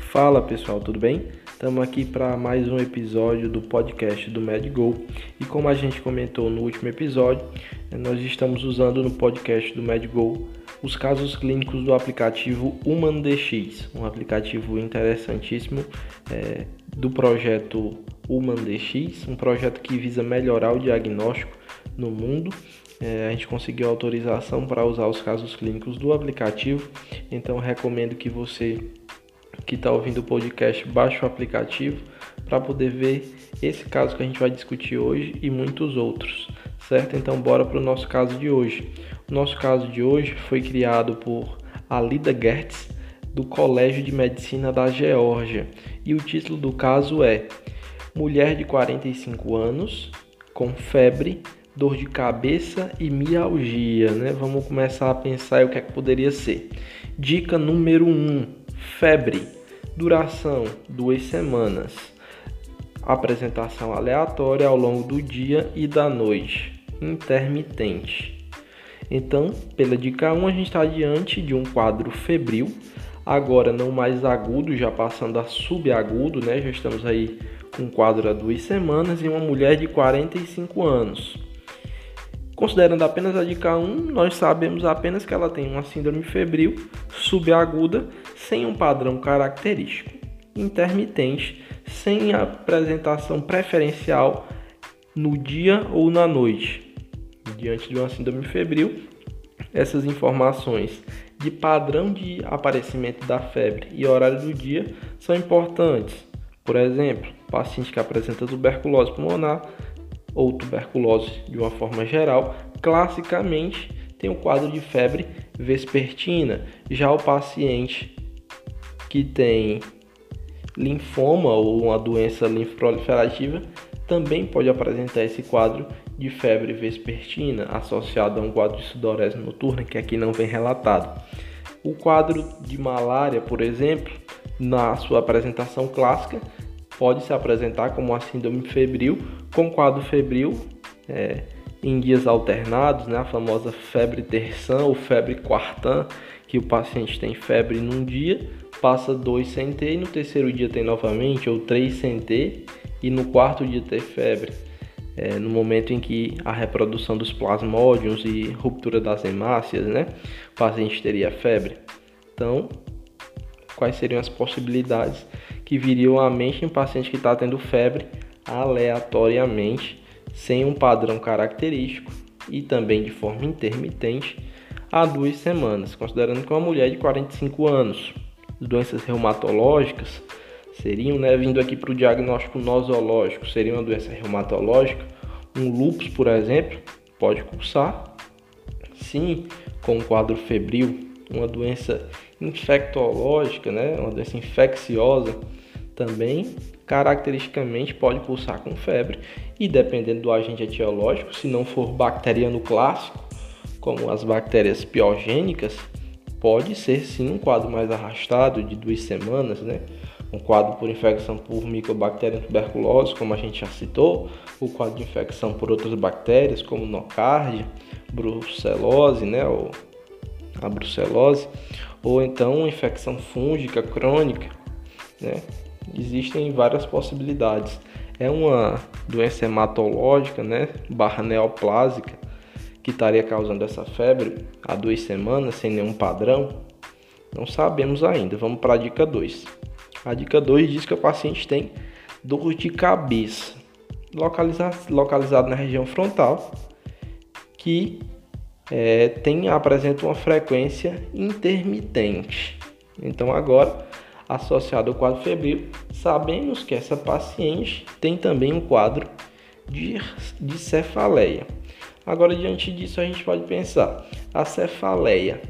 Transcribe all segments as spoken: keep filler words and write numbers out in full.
Fala pessoal, tudo bem? Estamos aqui para mais um episódio do podcast do MedGo e como a gente comentou no último episódio, nós estamos usando no podcast do MedGo os casos clínicos do aplicativo HumanDx, um aplicativo interessantíssimo é, do projeto HumanDx, um projeto que visa melhorar o diagnóstico no mundo. É, a gente conseguiu autorização para usar os casos clínicos do aplicativo, então recomendo que você que está ouvindo o podcast baixe o aplicativo para poder ver esse caso que a gente vai discutir hoje e muitos outros, certo? Então bora para o nosso caso de hoje. O nosso caso de hoje foi criado por Alida Gertz, do Colégio de Medicina da Geórgia, e o título do caso é Mulher de quarenta e cinco anos com febre, dor de cabeça e mialgia, né? Vamos começar a pensar o que é que poderia ser. Dica número um, febre, duração duas semanas, apresentação aleatória ao longo do dia e da noite, intermitente. Então, pela dica um, a gente está diante de um quadro febril, agora não mais agudo, já passando a subagudo, né? Já estamos aí com um quadro há duas semanas e uma mulher de quarenta e cinco anos. Considerando apenas a dica um, nós sabemos apenas que ela tem uma síndrome febril subaguda sem um padrão característico, intermitente, sem apresentação preferencial no dia ou na noite. Diante de uma síndrome febril, essas informações de padrão de aparecimento da febre e horário do dia são importantes. Por exemplo, paciente que apresenta tuberculose pulmonar ou tuberculose de uma forma geral, classicamente tem um quadro de febre vespertina. Já o paciente que tem linfoma ou uma doença linfoproliferativa também pode apresentar esse quadro de febre vespertina, associado a um quadro de sudorese noturna, que aqui não vem relatado. O quadro de malária, por exemplo, na sua apresentação clássica, pode se apresentar como uma síndrome febril, com quadro febril é, em dias alternados, né? A famosa febre terçã ou febre quartã, que o paciente tem febre num dia, passa dois sem ter, e no terceiro dia tem novamente, ou três sem ter, e no quarto dia ter febre, é, no momento em que a reprodução dos plasmódios e ruptura das hemácias, né? O paciente teria febre. Então, quais seriam as possibilidades que viriam à mente em paciente que está tendo febre aleatoriamente, sem um padrão característico e também de forma intermitente há duas semanas, considerando que uma mulher de quarenta e cinco anos, doenças reumatológicas seriam, né, vindo aqui para o diagnóstico nosológico, seria uma doença reumatológica, um lúpus, por exemplo, pode cursar, sim, com um quadro febril, uma doença infectológica, né, uma doença infecciosa, também caracteristicamente pode cursar com febre e dependendo do agente etiológico, se não for bacteriano clássico, como as bactérias piogênicas, pode ser sim um quadro mais arrastado de duas semanas, né? Um quadro por infecção por Mycobacterium tuberculose, como a gente já citou, o quadro de infecção por outras bactérias, como Nocardia, brucelose, né? Ou a brucelose, ou então uma infecção fúngica crônica, né? Existem várias possibilidades. É uma doença hematológica, né, barra neoplásica, que estaria causando essa febre há duas semanas, sem nenhum padrão? Não sabemos ainda. Vamos para a dica dois. A dica dois diz que o paciente tem dor de cabeça, localizado, localizado na região frontal, que é, tem, apresenta uma frequência intermitente. Então agora, associado ao quadro febril, sabemos que essa paciente tem também um quadro de, de cefaleia. Agora, diante disso, a gente pode pensar, a cefaleia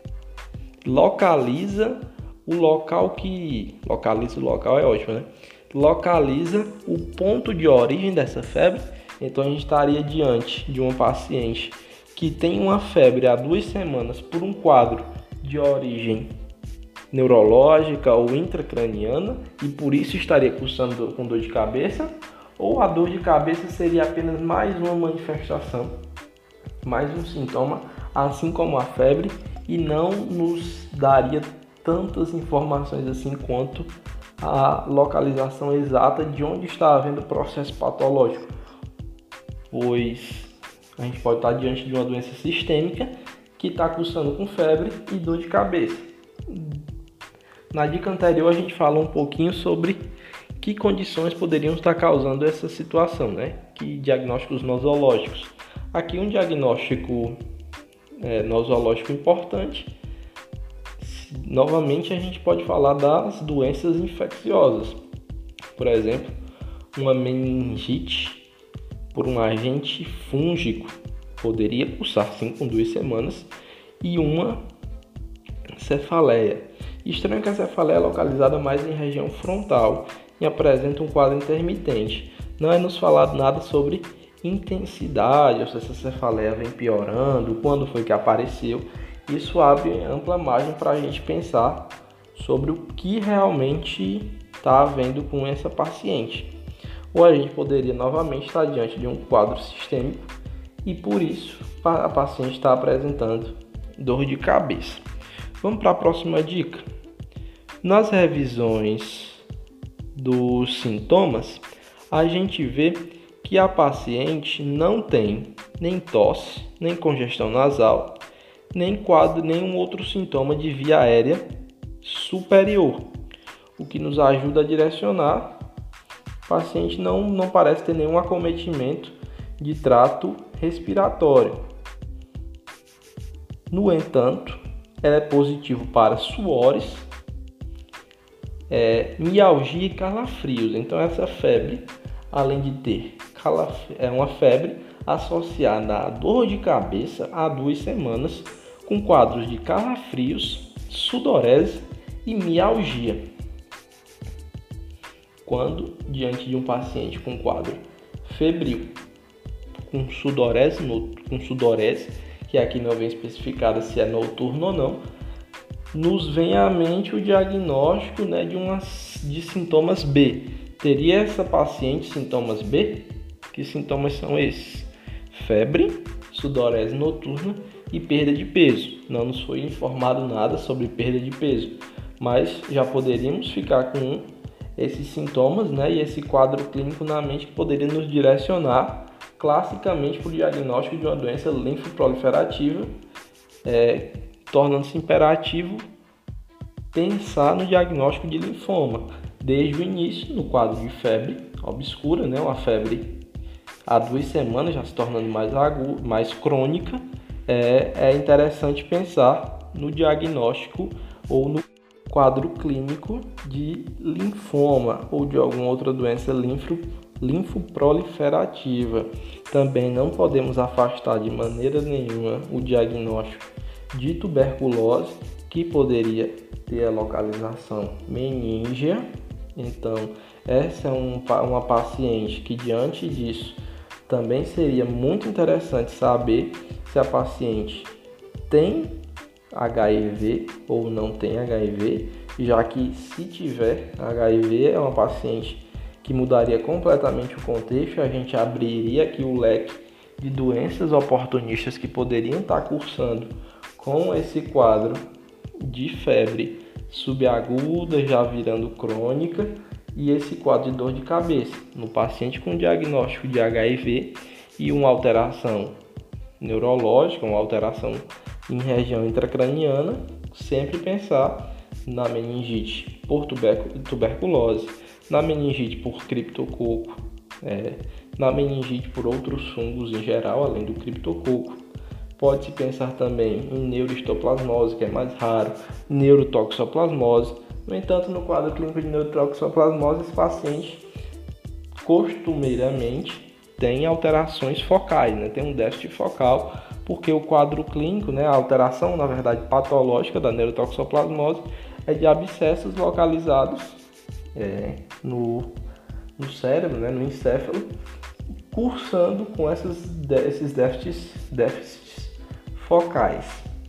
localiza o local que... Localiza o local é ótimo, né? Localiza o ponto de origem dessa febre. Então, a gente estaria diante de uma paciente que tem uma febre há duas semanas por um quadro de origem neurológica ou intracraniana e por isso estaria cursando com dor de cabeça, ou a dor de cabeça seria apenas mais uma manifestação, mais um sintoma, assim como a febre, e não nos daria tantas informações assim quanto a localização exata de onde está havendo o processo patológico, pois a gente pode estar diante de uma doença sistêmica que está cursando com febre e dor de cabeça. Na dica anterior a gente falou um pouquinho sobre que condições poderiam estar causando essa situação, né? Que diagnósticos nosológicos. Aqui um diagnóstico é, nosológico importante. Novamente a gente pode falar das doenças infecciosas. Por exemplo, uma meningite por um agente fúngico poderia cursar sim com duas semanas, e uma cefaleia. Estranho que a cefaleia é localizada mais em região frontal e apresenta um quadro intermitente. Não é nos falado nada sobre intensidade, ou se essa cefaleia vem piorando, quando foi que apareceu. Isso abre ampla margem para a gente pensar sobre o que realmente está havendo com essa paciente. Ou a gente poderia novamente estar diante de um quadro sistêmico e por isso a paciente está apresentando dor de cabeça. Vamos para a próxima dica. Nas revisões dos sintomas, a gente vê que a paciente não tem nem tosse, nem congestão nasal, nem quadro, nenhum outro sintoma de via aérea superior, o que nos ajuda a direcionar. O paciente não, não parece ter nenhum acometimento de trato respiratório. No entanto, ela é positivo para suores, é, mialgia e calafrios. Então essa febre, além de ter calaf... é uma febre associada à dor de cabeça há duas semanas, com quadros de calafrios, sudorese e mialgia. Quando diante de um paciente com quadro febril, com sudorese, com sudorese, que aqui não vem especificada se é noturno ou não, nos vem à mente o diagnóstico, né, de, umas, de sintomas B. Teria essa paciente sintomas B? Que sintomas são esses? Febre, sudorese noturna e perda de peso. Não nos foi informado nada sobre perda de peso, mas já poderíamos ficar com esses sintomas, né, e esse quadro clínico na mente que poderia nos direcionar classicamente para o diagnóstico de uma doença linfoproliferativa, é, tornando-se imperativo pensar no diagnóstico de linfoma desde o início, no quadro de febre obscura, né, uma febre há duas semanas já se tornando mais aguda, mais crônica. É, é interessante pensar no diagnóstico ou no quadro clínico de linfoma ou de alguma outra doença linfo, linfoproliferativa. Também não podemos afastar de maneira nenhuma o diagnóstico de tuberculose, que poderia ter a localização meníngea. Então, essa é um, uma paciente que, diante disso, também seria muito interessante saber se a paciente tem H I V ou não tem H I V, já que se tiver H I V é uma paciente que mudaria completamente o contexto. A gente abriria aqui o leque de doenças oportunistas que poderiam estar cursando com esse quadro de febre subaguda já virando crônica e esse quadro de dor de cabeça no paciente com diagnóstico de H I V e uma alteração neurológica, uma alteração em região intracraniana. Sempre pensar na meningite por tuberculose, na meningite por criptococo, é, na meningite por outros fungos em geral, além do criptococo. Pode-se pensar também em neurohistoplasmose, que é mais raro, neurotoxoplasmose. No entanto, no quadro clínico de neurotoxoplasmose, esse paciente costumeiramente tem alterações focais, né? Tem um déficit focal, porque o quadro clínico, né, a alteração, na verdade, patológica da neurotoxoplasmose é de abscessos localizados é, no, no cérebro, né, no encéfalo, cursando com essas, esses déficits, déficits focais.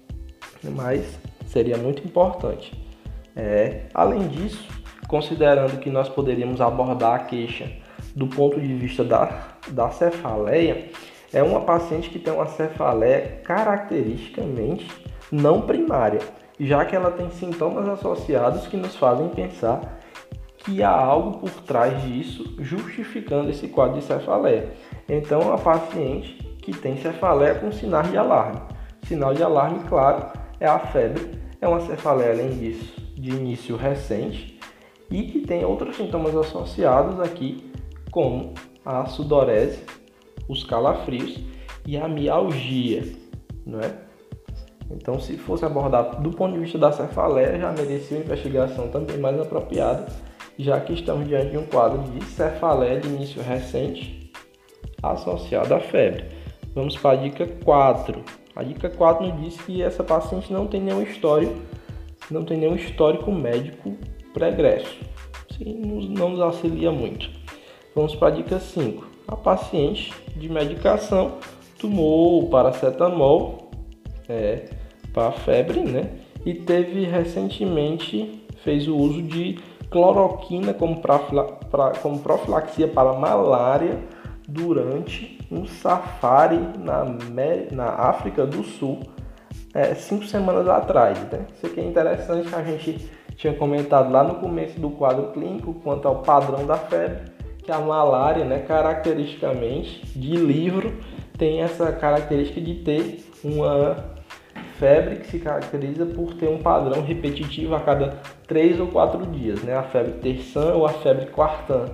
Mas seria muito importante. É, além disso, considerando que nós poderíamos abordar a queixa do ponto de vista da, da cefaleia, é uma paciente que tem uma cefaleia caracteristicamente não primária, já que ela tem sintomas associados que nos fazem pensar que há algo por trás disso justificando esse quadro de cefaleia. Então, a paciente que tem cefaleia com sinais de alarme. Sinal de alarme, claro, é a febre, é uma cefaleia, além disso, de início recente e que tem outros sintomas associados aqui, como a sudorese, os calafrios e a mialgia, não é? Então, se fosse abordado do ponto de vista da cefaleia, já merecia uma investigação também mais apropriada, já que estamos diante de um quadro de cefaleia de início recente associado à febre. Vamos para a dica quatro. A dica quatro nos diz que essa paciente não tem nenhum histórico, não tem nenhum histórico médico pregresso. Sim, não nos auxilia muito. Vamos para a dica cinco. A paciente de medicação tomou paracetamol é, para a febre, né? E teve recentemente, fez o uso de cloroquina como, profila, pra, como profilaxia para malária durante um safari na, na África do Sul, é, cinco semanas atrás. Né? Isso aqui é interessante, que a gente tinha comentado lá no começo do quadro clínico quanto ao padrão da febre, que a malária, né, caracteristicamente, de livro, tem essa característica de ter uma febre que se caracteriza por ter um padrão repetitivo a cada três ou quatro dias, né? A febre terçã ou a febre quartã.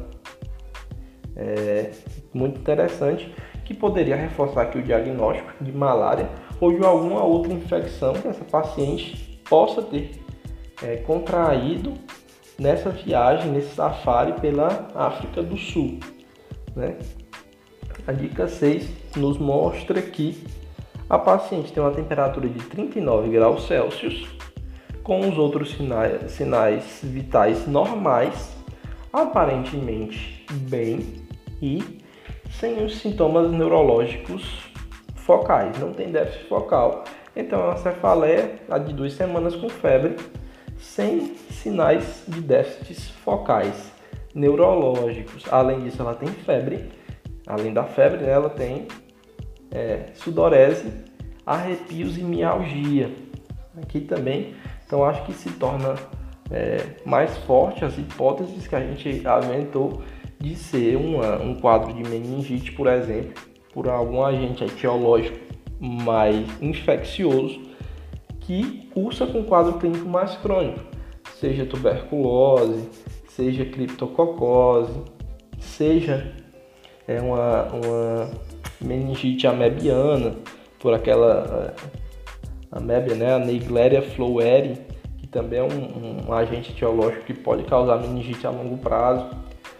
É muito interessante, que poderia reforçar aqui o diagnóstico de malária ou de alguma outra infecção que essa paciente possa ter é, contraído nessa viagem, nesse safari pela África do Sul, né? A dica seis nos mostra que a paciente tem uma temperatura de trinta e nove graus Celsius, com os outros sinais, sinais vitais normais, aparentemente bem e sem os sintomas neurológicos focais, não tem déficit focal. Então é uma cefaleia de duas semanas com febre, sem sinais de déficits focais neurológicos. Além disso, ela tem febre, além da febre, né, ela tem é, sudorese, arrepios e mialgia. Aqui também, então acho que se torna é, mais forte as hipóteses que a gente aventou de ser uma, um quadro de meningite, por exemplo, por algum agente etiológico mais infeccioso que cursa com quadro clínico mais crônico, seja tuberculose, seja criptococose, seja é, uma, uma meningite amebiana, por aquela a, amébia, né, a Naegleria floueri, que também é um, um agente etiológico que pode causar meningite a longo prazo.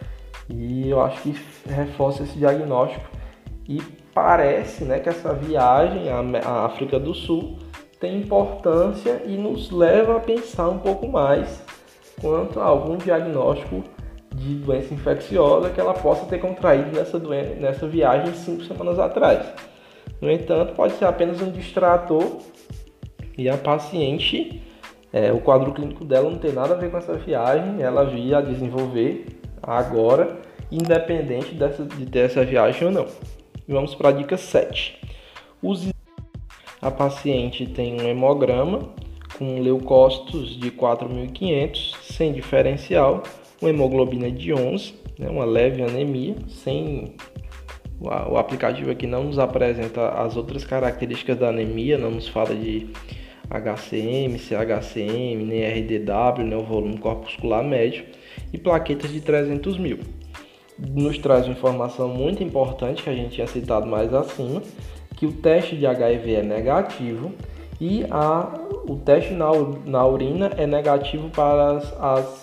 E eu acho que reforça esse diagnóstico e parece, né, que essa viagem à África do Sul tem importância e nos leva a pensar um pouco mais quanto a algum diagnóstico de doença infecciosa que ela possa ter contraído nessa, doença, nessa viagem cinco semanas atrás. No entanto, pode ser apenas um distrator e a paciente, é, o quadro clínico dela não tem nada a ver com essa viagem, ela via a desenvolver agora, independente dessa, de ter essa viagem ou não. E vamos para a dica sete. Os... A paciente tem um hemograma com leucócitos de quatro mil e quinhentos, sem diferencial, uma hemoglobina de onze, né, uma leve anemia, sem... O aplicativo aqui não nos apresenta as outras características da anemia, não nos fala de H C M, C H C M, nem R D W, né, o volume corpuscular médio, e plaquetas de trezentos mil. Nos traz uma informação muito importante que a gente tinha citado mais acima, que o teste de H I V é negativo e a, o teste na, na urina é negativo para as, as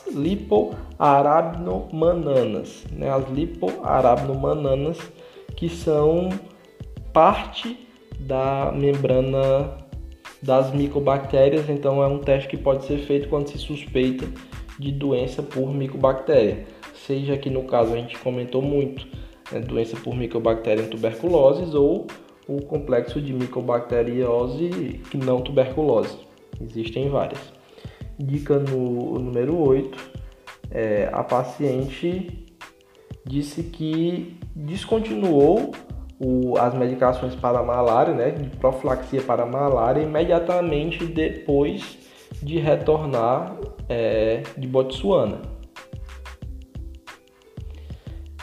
lipoarabnomananas, né, as lipoarabnomananas que são parte da membrana das micobactérias, então é um teste que pode ser feito quando se suspeita de doença por micobactéria, seja aqui no caso a gente comentou muito, né, doença por micobactéria em tuberculose ou o complexo de micobacteriose que não tuberculose, existem várias. Dica no número oito, é, a paciente disse que descontinuou o, as medicações para a malária, né, de profilaxia para a malária, imediatamente depois de retornar é, de Botsuana.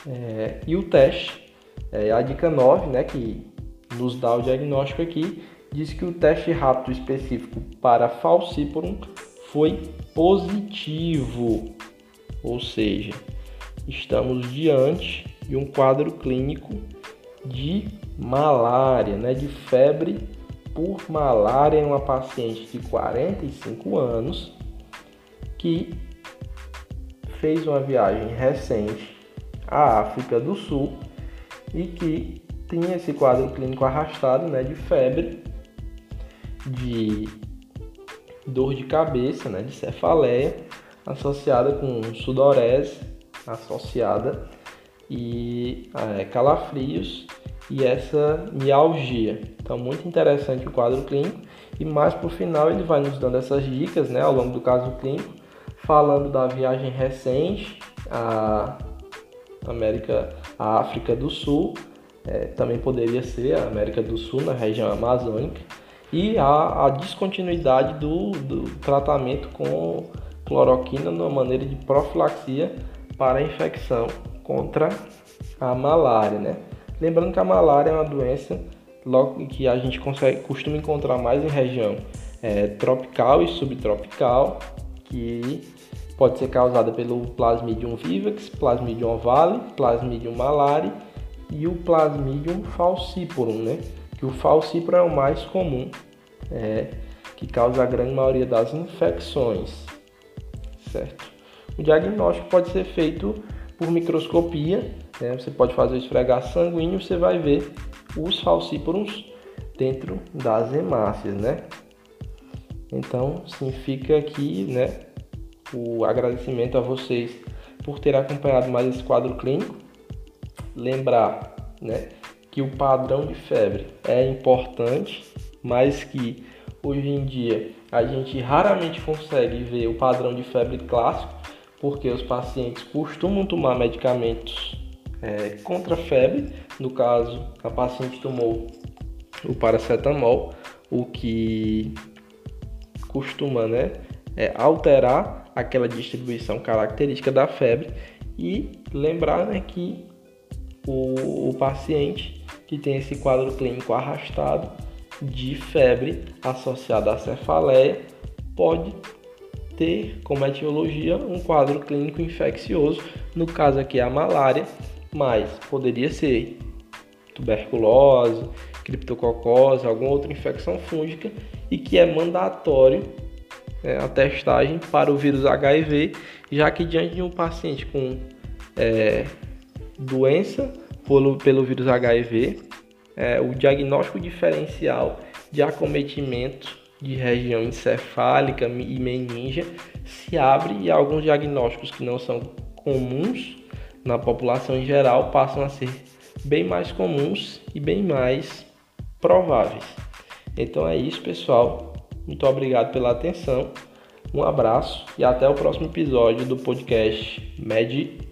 É, e o teste, é, a dica nove, né, que nos dá o diagnóstico aqui, diz que o teste rápido específico para falciparum foi positivo, ou seja, estamos diante de um quadro clínico de malária, né, de febre por malária em uma paciente de quarenta e cinco anos que fez uma viagem recente à África do Sul e que tinha esse quadro clínico arrastado, né, de febre, de dor de cabeça, né, de cefaleia, associada com sudorese, associada e é, calafrios e essa mialgia. Então, muito interessante o quadro clínico. E mais para o final ele vai nos dando essas dicas, né, ao longo do caso clínico, falando da viagem recente à América, à África do Sul, é, também poderia ser a América do Sul, na região amazônica, e a, a descontinuidade do, do tratamento com cloroquina numa maneira de profilaxia para a infecção contra a malária, né? Lembrando que a malária é uma doença logo que a gente consegue, costuma encontrar mais em região é, tropical e subtropical, que pode ser causada pelo Plasmodium vivax, Plasmodium ovale, Plasmodium malariae e o Plasmodium falciparum, né? Que o falciparum é o mais comum, é, que causa a grande maioria das infecções, certo? O diagnóstico pode ser feito por microscopia, né? Você pode fazer o esfregar sanguíneo, você vai ver os falciparums dentro das hemácias, né? Então, sim, fica aqui, né, o agradecimento a vocês por ter acompanhado mais esse quadro clínico. Lembrar, né, que o padrão de febre é importante, mas que hoje em dia a gente raramente consegue ver o padrão de febre clássico, porque os pacientes costumam tomar medicamentos é, contra a febre. No caso, a paciente tomou o paracetamol, o que costuma, né, é, alterar aquela distribuição característica da febre. E lembrar, né, que o, o paciente que tem esse quadro clínico arrastado de febre associada à cefaleia pode ter como etiologia um quadro clínico infeccioso, no caso aqui é a malária, mas poderia ser tuberculose, criptococose, alguma outra infecção fúngica, e que é mandatório é, a testagem para o vírus H I V, já que diante de um paciente com é, doença pelo, pelo vírus H I V, é, o diagnóstico diferencial de acometimento de região encefálica e meningia se abre, e alguns diagnósticos que não são comuns na população em geral passam a ser bem mais comuns e bem mais prováveis. Então é isso, pessoal. Muito obrigado pela atenção. Um abraço e até o próximo episódio do podcast Med